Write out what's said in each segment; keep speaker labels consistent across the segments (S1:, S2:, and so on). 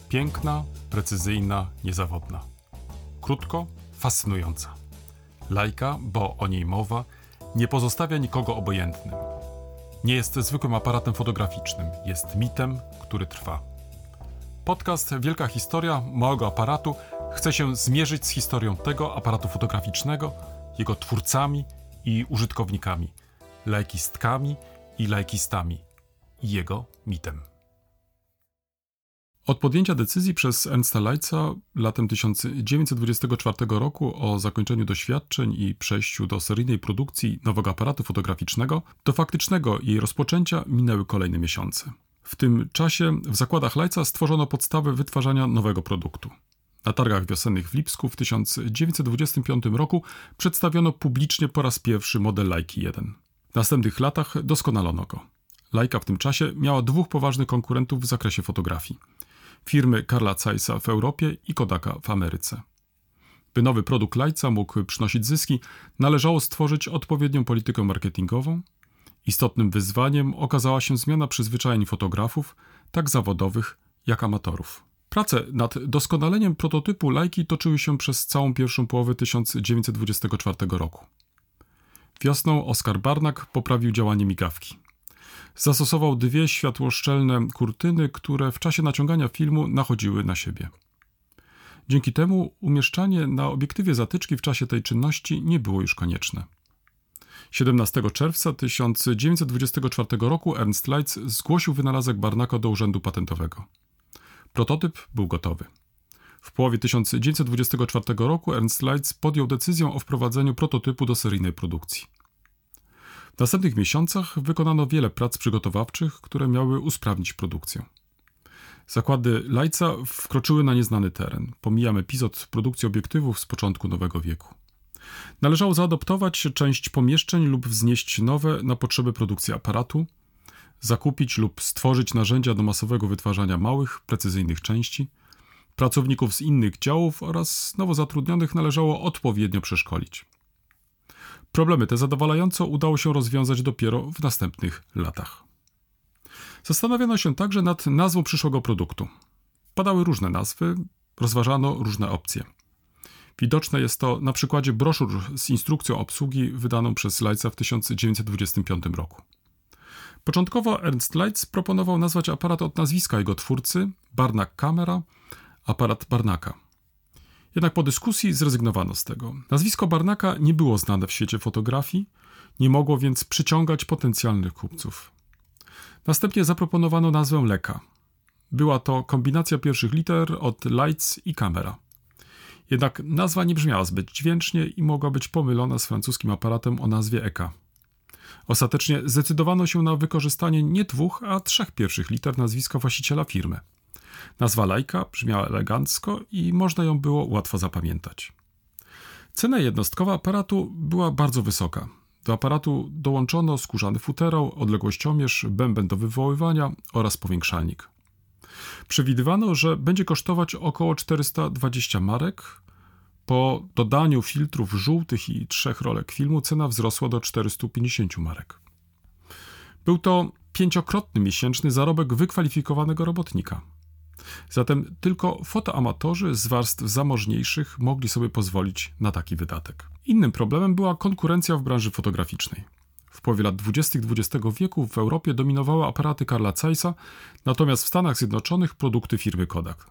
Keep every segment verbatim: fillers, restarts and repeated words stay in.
S1: Piękna, precyzyjna, niezawodna. Krótko, fascynująca. Leica, bo o niej mowa, nie pozostawia nikogo obojętnym. Nie jest zwykłym aparatem fotograficznym, jest mitem, który trwa. Podcast Wielka Historia Małego Aparatu chce się zmierzyć z historią tego aparatu fotograficznego, jego twórcami i użytkownikami, laikistkami i laikistami i jego mitem. Od podjęcia decyzji przez Ernsta Leitza latem tysiąc dziewięćset dwudziestego czwartego roku o zakończeniu doświadczeń i przejściu do seryjnej produkcji nowego aparatu fotograficznego, do faktycznego jej rozpoczęcia minęły kolejne miesiące. W tym czasie w zakładach Leitza stworzono podstawę wytwarzania nowego produktu. Na targach wiosennych w Lipsku w tysiąc dziewięćset dwudziestym piątym roku przedstawiono publicznie po raz pierwszy model Leica jeden. W następnych latach doskonalono go. Leica w tym czasie miała dwóch poważnych konkurentów w zakresie fotografii. Firmy Carla Zeissa w Europie i Kodaka w Ameryce. By nowy produkt Leitza mógł przynosić zyski, należało stworzyć odpowiednią politykę marketingową. Istotnym wyzwaniem okazała się zmiana przyzwyczajeń fotografów, tak zawodowych jak amatorów. Prace nad doskonaleniem prototypu Leicy toczyły się przez całą pierwszą połowę tysiąc dziewięćset dwudziestego czwartego roku. Wiosną Oskar Barnack poprawił działanie migawki. Zastosował dwie światłoszczelne kurtyny, które w czasie naciągania filmu nachodziły na siebie. Dzięki temu umieszczanie na obiektywie zatyczki w czasie tej czynności nie było już konieczne. siedemnastego czerwca tysiąc dziewięćset dwudziestego czwartego roku Ernst Leitz zgłosił wynalazek Barnacka do Urzędu Patentowego. Prototyp był gotowy. W połowie tysiąc dziewięćset dwudziestego czwartego roku Ernst Leitz podjął decyzję o wprowadzeniu prototypu do seryjnej produkcji. W następnych miesiącach wykonano wiele prac przygotowawczych, które miały usprawnić produkcję. Zakłady Leitza wkroczyły na nieznany teren. Pomijam epizod produkcji obiektywów z początku nowego wieku. Należało zaadoptować część pomieszczeń lub wznieść nowe na potrzeby produkcji aparatu, zakupić lub stworzyć narzędzia do masowego wytwarzania małych, precyzyjnych części. Pracowników z innych działów oraz nowo zatrudnionych należało odpowiednio przeszkolić. Problemy te zadowalająco udało się rozwiązać dopiero w następnych latach. Zastanawiano się także nad nazwą przyszłego produktu. Padały różne nazwy, rozważano różne opcje. Widoczne jest to na przykładzie broszur z instrukcją obsługi wydaną przez Leitza w tysiąc dziewięćset dwudziestym piątym roku. Początkowo Ernst Leitz proponował nazwać aparat od nazwiska jego twórcy, Barnack Camera, aparat Barnacka. Jednak po dyskusji zrezygnowano z tego. Nazwisko Barnacka nie było znane w świecie fotografii, nie mogło więc przyciągać potencjalnych kupców. Następnie zaproponowano nazwę Leica. Była to kombinacja pierwszych liter od Leitz i Camera. Jednak nazwa nie brzmiała zbyt dźwięcznie i mogła być pomylona z francuskim aparatem o nazwie Eka. Ostatecznie zdecydowano się na wykorzystanie nie dwóch, a trzech pierwszych liter nazwiska właściciela firmy. Nazwa Leica brzmiała elegancko i można ją było łatwo zapamiętać. Cena jednostkowa aparatu była bardzo wysoka. Do aparatu dołączono skórzany futerał, odległościomierz, bęben do wywoływania oraz powiększalnik. Przewidywano, że będzie kosztować około czterysta dwadzieścia marek. Po dodaniu filtrów żółtych i trzech rolek filmu cena wzrosła do czterysta pięćdziesiąt marek. Był to pięciokrotny miesięczny zarobek wykwalifikowanego robotnika. Zatem tylko fotoamatorzy z warstw zamożniejszych mogli sobie pozwolić na taki wydatek. Innym problemem była konkurencja w branży fotograficznej. W połowie lat dwudziestych dwudziestego wieku w Europie dominowały aparaty Carla Zeissa, natomiast w Stanach Zjednoczonych produkty firmy Kodak.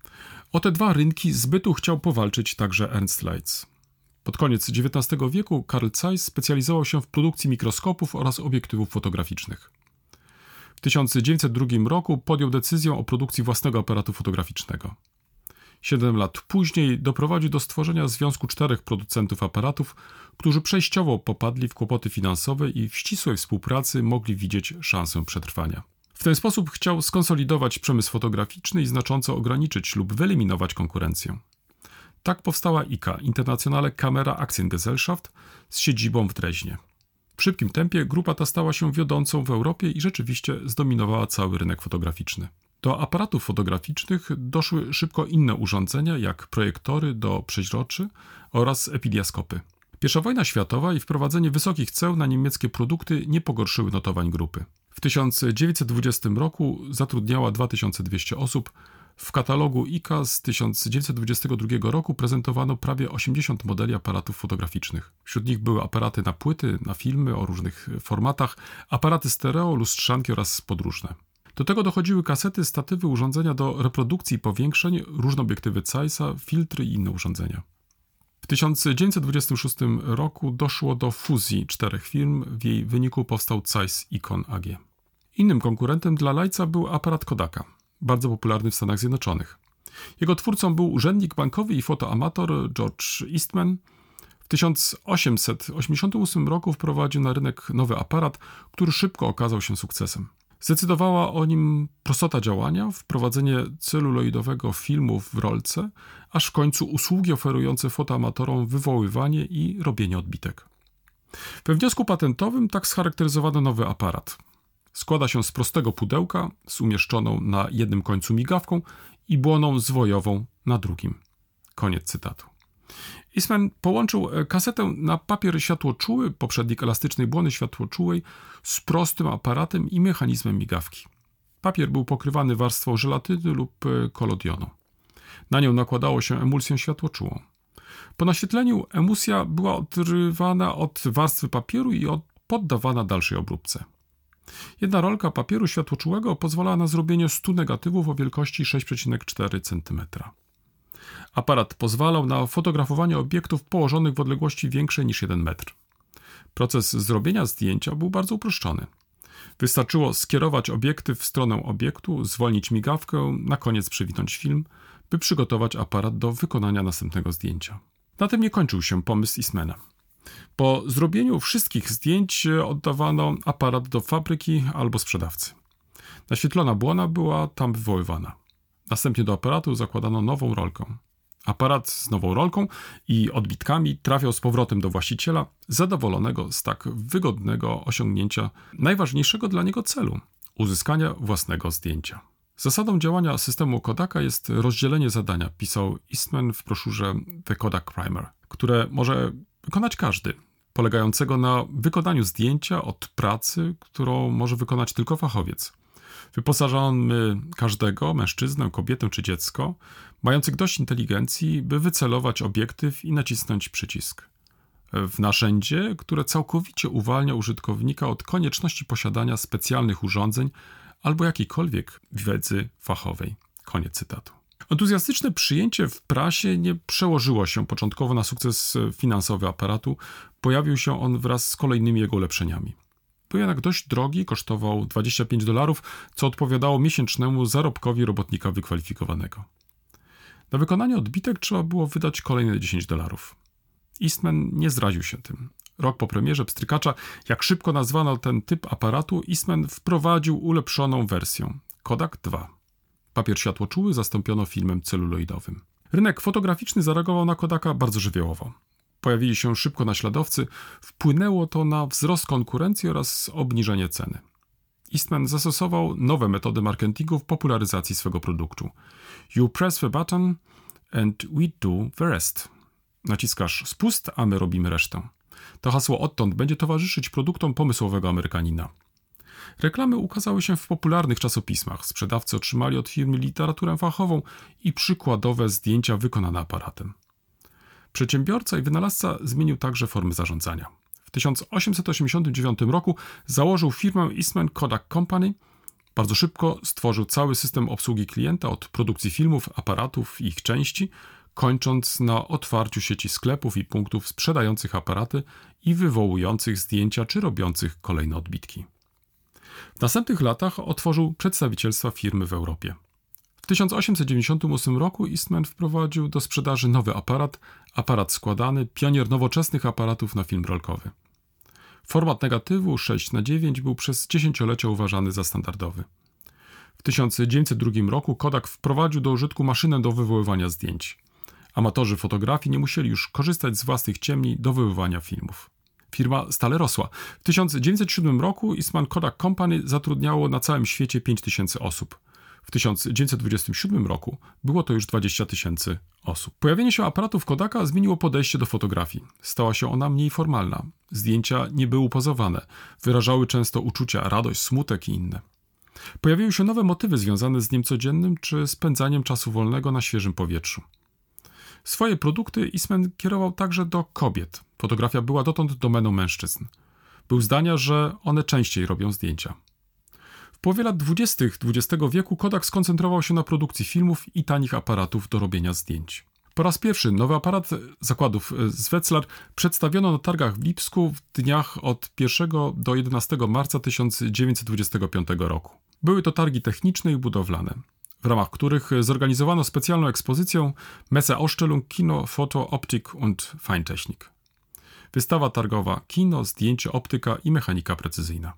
S1: O te dwa rynki zbytu chciał powalczyć także Ernst Leitz. Pod koniec dziewiętnastego wieku Carl Zeiss specjalizował się w produkcji mikroskopów oraz obiektywów fotograficznych. W tysiąc dziewięćset drugim roku podjął decyzję o produkcji własnego aparatu fotograficznego. Siedem lat później doprowadził do stworzenia związku czterech producentów aparatów, którzy przejściowo popadli w kłopoty finansowe i w ścisłej współpracy mogli widzieć szansę przetrwania. W ten sposób chciał skonsolidować przemysł fotograficzny i znacząco ograniczyć lub wyeliminować konkurencję. Tak powstała I K A, Internationale Kamera Aktiengesellschaft, z siedzibą w Dreźnie. W szybkim tempie grupa ta stała się wiodącą w Europie i rzeczywiście zdominowała cały rynek fotograficzny. Do aparatów fotograficznych doszły szybko inne urządzenia, jak projektory do przeźroczy oraz epidiaskopy. Pierwsza wojna światowa i wprowadzenie wysokich ceł na niemieckie produkty nie pogorszyły notowań grupy. W tysiąc dziewięćset dwudziestym roku zatrudniała dwa tysiące dwieście osób, W katalogu I K A z tysiąc dziewięćset dwudziestego drugiego roku prezentowano prawie osiemdziesiąt modeli aparatów fotograficznych. Wśród nich były aparaty na płyty, na filmy o różnych formatach, aparaty stereo, lustrzanki oraz podróżne. Do tego dochodziły kasety, statywy, urządzenia do reprodukcji i powiększeń, różne obiektywy Zeissa, filtry i inne urządzenia. W tysiąc dziewięćset dwudziestym szóstym roku doszło do fuzji czterech firm, w jej wyniku powstał Zeiss Ikon A G. Innym konkurentem dla Leitza był aparat Kodaka, bardzo popularny w Stanach Zjednoczonych. Jego twórcą był urzędnik bankowy i fotoamator George Eastman. W tysiąc osiemset osiemdziesiątym ósmym roku wprowadził na rynek nowy aparat, który szybko okazał się sukcesem. Zdecydowała o nim prostota działania, wprowadzenie celuloidowego filmu w rolce, aż w końcu usługi oferujące fotoamatorom wywoływanie i robienie odbitek. We wniosku patentowym tak scharakteryzowano nowy aparat. Składa się z prostego pudełka z umieszczoną na jednym końcu migawką i błoną zwojową na drugim. Koniec cytatu. Eastman połączył kasetę na papier światłoczuły, poprzednik elastycznej błony światłoczułej, z prostym aparatem i mechanizmem migawki. Papier był pokrywany warstwą żelatyny lub kolodionu. Na nią nakładało się emulsję światłoczułą. Po naświetleniu emulsja była odrywana od warstwy papieru i od, poddawana dalszej obróbce. Jedna rolka papieru światłoczułego pozwalała na zrobienie stu negatywów o wielkości sześć przecinek cztery centymetra. Aparat pozwalał na fotografowanie obiektów położonych w odległości większej niż jeden metr. Proces zrobienia zdjęcia był bardzo uproszczony. Wystarczyło skierować obiektyw w stronę obiektu, zwolnić migawkę, na koniec przewinąć film, by przygotować aparat do wykonania następnego zdjęcia. Na tym nie kończył się pomysł Eastmana. Po zrobieniu wszystkich zdjęć oddawano aparat do fabryki albo sprzedawcy. Naświetlona błona była tam wywoływana. Następnie do aparatu zakładano nową rolkę. Aparat z nową rolką i odbitkami trafiał z powrotem do właściciela, zadowolonego z tak wygodnego osiągnięcia najważniejszego dla niego celu – uzyskania własnego zdjęcia. Zasadą działania systemu Kodaka jest rozdzielenie zadania, pisał Eastman w broszurze The Kodak Primer, które może wykonać każdy, polegającego na wykonaniu zdjęcia od pracy, którą może wykonać tylko fachowiec. Wyposażamy każdego, mężczyznę, kobietę czy dziecko, mających dość inteligencji, by wycelować obiektyw i nacisnąć przycisk. W narzędzie, które całkowicie uwalnia użytkownika od konieczności posiadania specjalnych urządzeń albo jakiejkolwiek wiedzy fachowej. Koniec cytatu. Entuzjastyczne przyjęcie w prasie nie przełożyło się początkowo na sukces finansowy aparatu. Pojawił się on wraz z kolejnymi jego ulepszeniami. Był jednak dość drogi, kosztował dwadzieścia pięć dolarów, co odpowiadało miesięcznemu zarobkowi robotnika wykwalifikowanego. Na wykonanie odbitek trzeba było wydać kolejne dziesięć dolarów. Eastman nie zraził się tym. Rok po premierze pstrykacza, jak szybko nazwano ten typ aparatu, Eastman wprowadził ulepszoną wersję Kodak dwa. Papier światłoczuły zastąpiono filmem celuloidowym. Rynek fotograficzny zareagował na Kodaka bardzo żywiołowo. Pojawili się szybko naśladowcy, wpłynęło to na wzrost konkurencji oraz obniżenie ceny. Eastman zastosował nowe metody marketingu w popularyzacji swego produktu. You press the button and we do the rest. Naciskasz spust, a my robimy resztę. To hasło odtąd będzie towarzyszyć produktom pomysłowego Amerykanina. Reklamy ukazały się w popularnych czasopismach. Sprzedawcy otrzymali od firmy literaturę fachową i przykładowe zdjęcia wykonane aparatem. Przedsiębiorca i wynalazca zmienił także formy zarządzania. W tysiąc osiemset osiemdziesiątym dziewiątym roku założył firmę Eastman Kodak Company. Bardzo szybko stworzył cały system obsługi klienta od produkcji filmów, aparatów i ich części, kończąc na otwarciu sieci sklepów i punktów sprzedających aparaty i wywołujących zdjęcia czy robiących kolejne odbitki. W następnych latach otworzył przedstawicielstwa firmy w Europie. W tysiąc osiemset dziewięćdziesiątym ósmym roku Eastman wprowadził do sprzedaży nowy aparat, aparat składany, pionier nowoczesnych aparatów na film rolkowy. Format negatywu sześć na dziewięć był przez dziesięciolecia uważany za standardowy. W tysiąc dziewięćset drugim roku Kodak wprowadził do użytku maszynę do wywoływania zdjęć. Amatorzy fotografii nie musieli już korzystać z własnych ciemni do wywoływania filmów. Firma stale rosła. W tysiąc dziewięćset siódmym roku Eastman Kodak Company zatrudniało na całym świecie pięć tysięcy osób. W tysiąc dziewięćset dwudziestym siódmym roku było to już dwadzieścia tysięcy osób. Pojawienie się aparatów Kodaka zmieniło podejście do fotografii. Stała się ona mniej formalna. Zdjęcia nie były pozowane. Wyrażały często uczucia, radość, smutek i inne. Pojawiły się nowe motywy związane z dniem codziennym czy spędzaniem czasu wolnego na świeżym powietrzu. Swoje produkty Eastman kierował także do kobiet. Fotografia była dotąd domeną mężczyzn. Był zdania, że one częściej robią zdjęcia. W połowie lat dwudziestych dwudziestego wieku Kodak skoncentrował się na produkcji filmów i tanich aparatów do robienia zdjęć. Po raz pierwszy nowy aparat zakładów z Wetzlar przedstawiono na targach w Lipsku w dniach od pierwszego do jedenastego marca tysiąc dziewięćset dwudziestego piątego roku. Były to targi techniczne i budowlane, w ramach których zorganizowano specjalną ekspozycję Messe Ausstellung Kino, Foto, Optik und Feintechnik. Wystawa targowa Kino, zdjęcie, optyka i mechanika precyzyjna.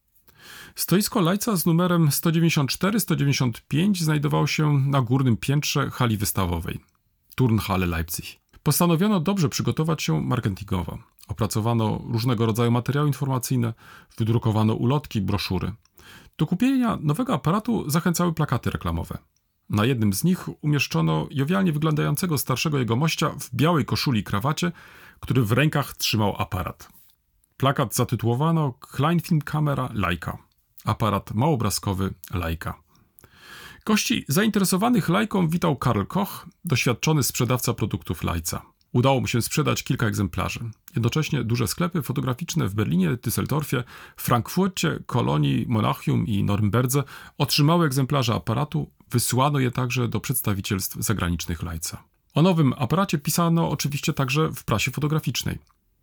S1: Stoisko Leitza z numerem sto dziewięćdziesiąt cztery sto dziewięćdziesiąt pięć znajdowało się na górnym piętrze hali wystawowej Turnhalle Leipzig. Postanowiono dobrze przygotować się marketingowo. Opracowano różnego rodzaju materiały informacyjne, wydrukowano ulotki, broszury. Do kupienia nowego aparatu zachęcały plakaty reklamowe. Na jednym z nich umieszczono jowialnie wyglądającego starszego jegomościa w białej koszuli i krawacie, który w rękach trzymał aparat. Plakat zatytułowano Kleinfilm Kamera Leica. Aparat małobrazkowy Leica. Gości zainteresowanych Leiką witał Karl Koch, doświadczony sprzedawca produktów Leitza. Udało mu się sprzedać kilka egzemplarzy. Jednocześnie duże sklepy fotograficzne w Berlinie, Düsseldorfie, Frankfurcie, Kolonii, Monachium i Norymberdze otrzymały egzemplarze aparatu, wysłano je także do przedstawicielstw zagranicznych Leitza. O nowym aparacie pisano oczywiście także w prasie fotograficznej.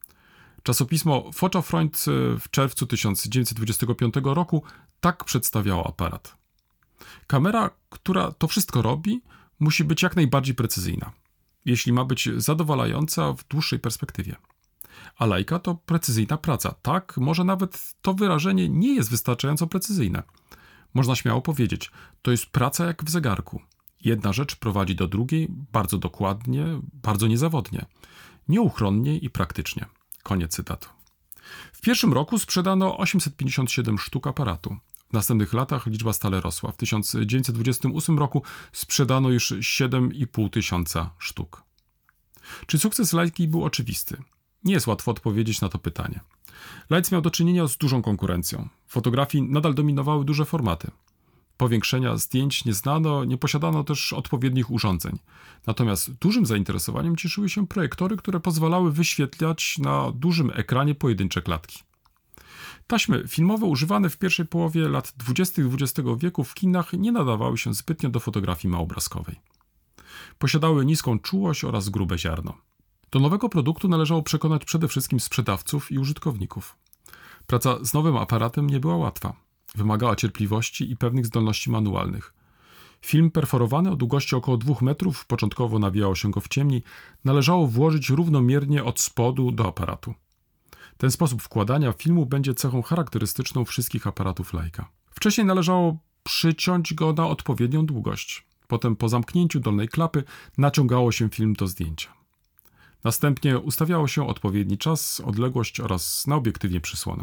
S1: Czasopismo Fotofreund w czerwcu tysiąc dziewięćset dwudziestego piątego roku tak przedstawiało aparat. Kamera, która to wszystko robi, musi być jak najbardziej precyzyjna, jeśli ma być zadowalająca w dłuższej perspektywie. A Leica to precyzyjna praca. Tak, może nawet to wyrażenie nie jest wystarczająco precyzyjne. Można śmiało powiedzieć, to jest praca jak w zegarku. Jedna rzecz prowadzi do drugiej bardzo dokładnie, bardzo niezawodnie, nieuchronnie i praktycznie. Koniec cytatu. W pierwszym roku sprzedano osiemset pięćdziesiąt siedem sztuk aparatu. W następnych latach liczba stale rosła. W tysiąc dziewięćset dwudziestym ósmym roku sprzedano już siedem i pół tysiąca sztuk. Czy sukces Leica był oczywisty? Nie jest łatwo odpowiedzieć na to pytanie. Leitz miał do czynienia z dużą konkurencją. W fotografii nadal dominowały duże formaty. Powiększenia zdjęć nie znano, nie posiadano też odpowiednich urządzeń. Natomiast dużym zainteresowaniem cieszyły się projektory, które pozwalały wyświetlać na dużym ekranie pojedyncze klatki. Taśmy filmowe używane w pierwszej połowie lat dwudziestych dwudziestego wieku w kinach nie nadawały się zbytnio do fotografii małobrazkowej. Posiadały niską czułość oraz grube ziarno. Do nowego produktu należało przekonać przede wszystkim sprzedawców i użytkowników. Praca z nowym aparatem nie była łatwa. Wymagała cierpliwości i pewnych zdolności manualnych. Film perforowany o długości około dwóch metrów, początkowo nawijało się go w ciemni, należało włożyć równomiernie od spodu do aparatu. Ten sposób wkładania filmu będzie cechą charakterystyczną wszystkich aparatów Leica. Wcześniej należało przyciąć go na odpowiednią długość. Potem po zamknięciu dolnej klapy naciągało się film do zdjęcia. Następnie ustawiało się odpowiedni czas, odległość oraz na obiektywie przysłonę.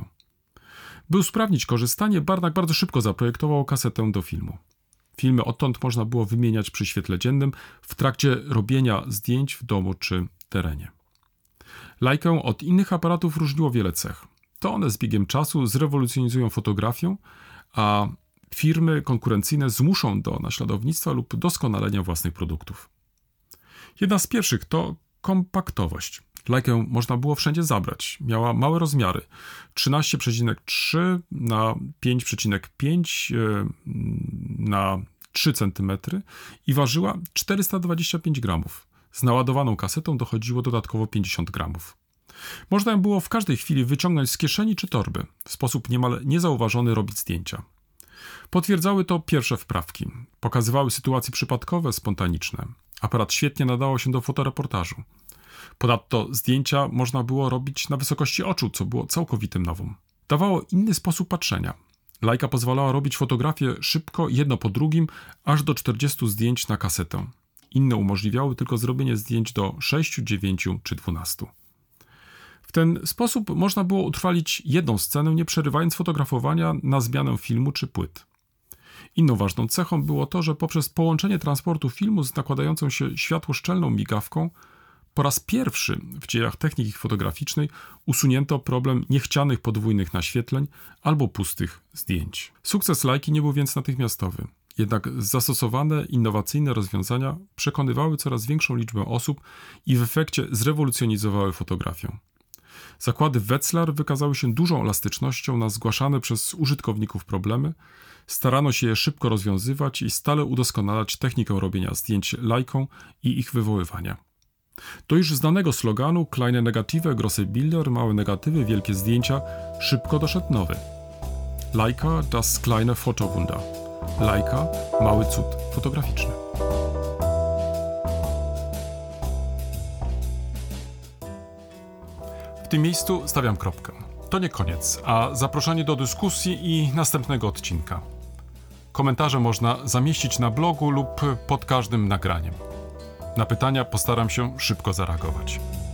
S1: By usprawnić korzystanie, Barnack bardzo szybko zaprojektował kasetę do filmu. Filmy odtąd można było wymieniać przy świetle dziennym w trakcie robienia zdjęć w domu czy terenie. Leikę od innych aparatów różniło wiele cech. To one z biegiem czasu zrewolucjonizują fotografię, a firmy konkurencyjne zmuszą do naśladownictwa lub doskonalenia własnych produktów. Jedna z pierwszych to kompaktowość. Leikę można było wszędzie zabrać. Miała małe rozmiary. trzynaście przecinek trzy na pięć przecinek pięć na trzy centymetry i ważyła czterysta dwadzieścia pięć gramów. Z naładowaną kasetą dochodziło dodatkowo pięćdziesiąt gramów. Można ją było w każdej chwili wyciągnąć z kieszeni czy torby. W sposób niemal niezauważony robić zdjęcia. Potwierdzały to pierwsze wprawki. Pokazywały sytuacje przypadkowe, spontaniczne. Aparat świetnie nadawał się do fotoreportażu. Ponadto zdjęcia można było robić na wysokości oczu, co było całkowitym nowum. Dawało inny sposób patrzenia. Leica pozwalała robić fotografie szybko, jedno po drugim, aż do czterdziestu zdjęć na kasetę. Inne umożliwiały tylko zrobienie zdjęć do sześciu, dziewięciu czy dwunastu. W ten sposób można było utrwalić jedną scenę, nie przerywając fotografowania na zmianę filmu czy płyt. Inną ważną cechą było to, że poprzez połączenie transportu filmu z nakładającą się światłoszczelną migawką Po raz pierwszy w dziejach techniki fotograficznej usunięto problem niechcianych podwójnych naświetleń albo pustych zdjęć. Sukces Leica nie był więc natychmiastowy. Jednak zastosowane innowacyjne rozwiązania przekonywały coraz większą liczbę osób i w efekcie zrewolucjonizowały fotografię. Zakłady Wetzlar wykazały się dużą elastycznością na zgłaszane przez użytkowników problemy, starano się je szybko rozwiązywać i stale udoskonalać technikę robienia zdjęć Leiką i ich wywoływania. Do już znanego sloganu Kleine Negative, große Bilder, małe negatywy, wielkie zdjęcia szybko doszedł nowy. Leica, das kleine Fotowunder. Leica, mały cud fotograficzny. W tym miejscu stawiam kropkę. To nie koniec, a zaproszenie do dyskusji i następnego odcinka. Komentarze można zamieścić na blogu lub pod każdym nagraniem. Na pytania postaram się szybko zareagować.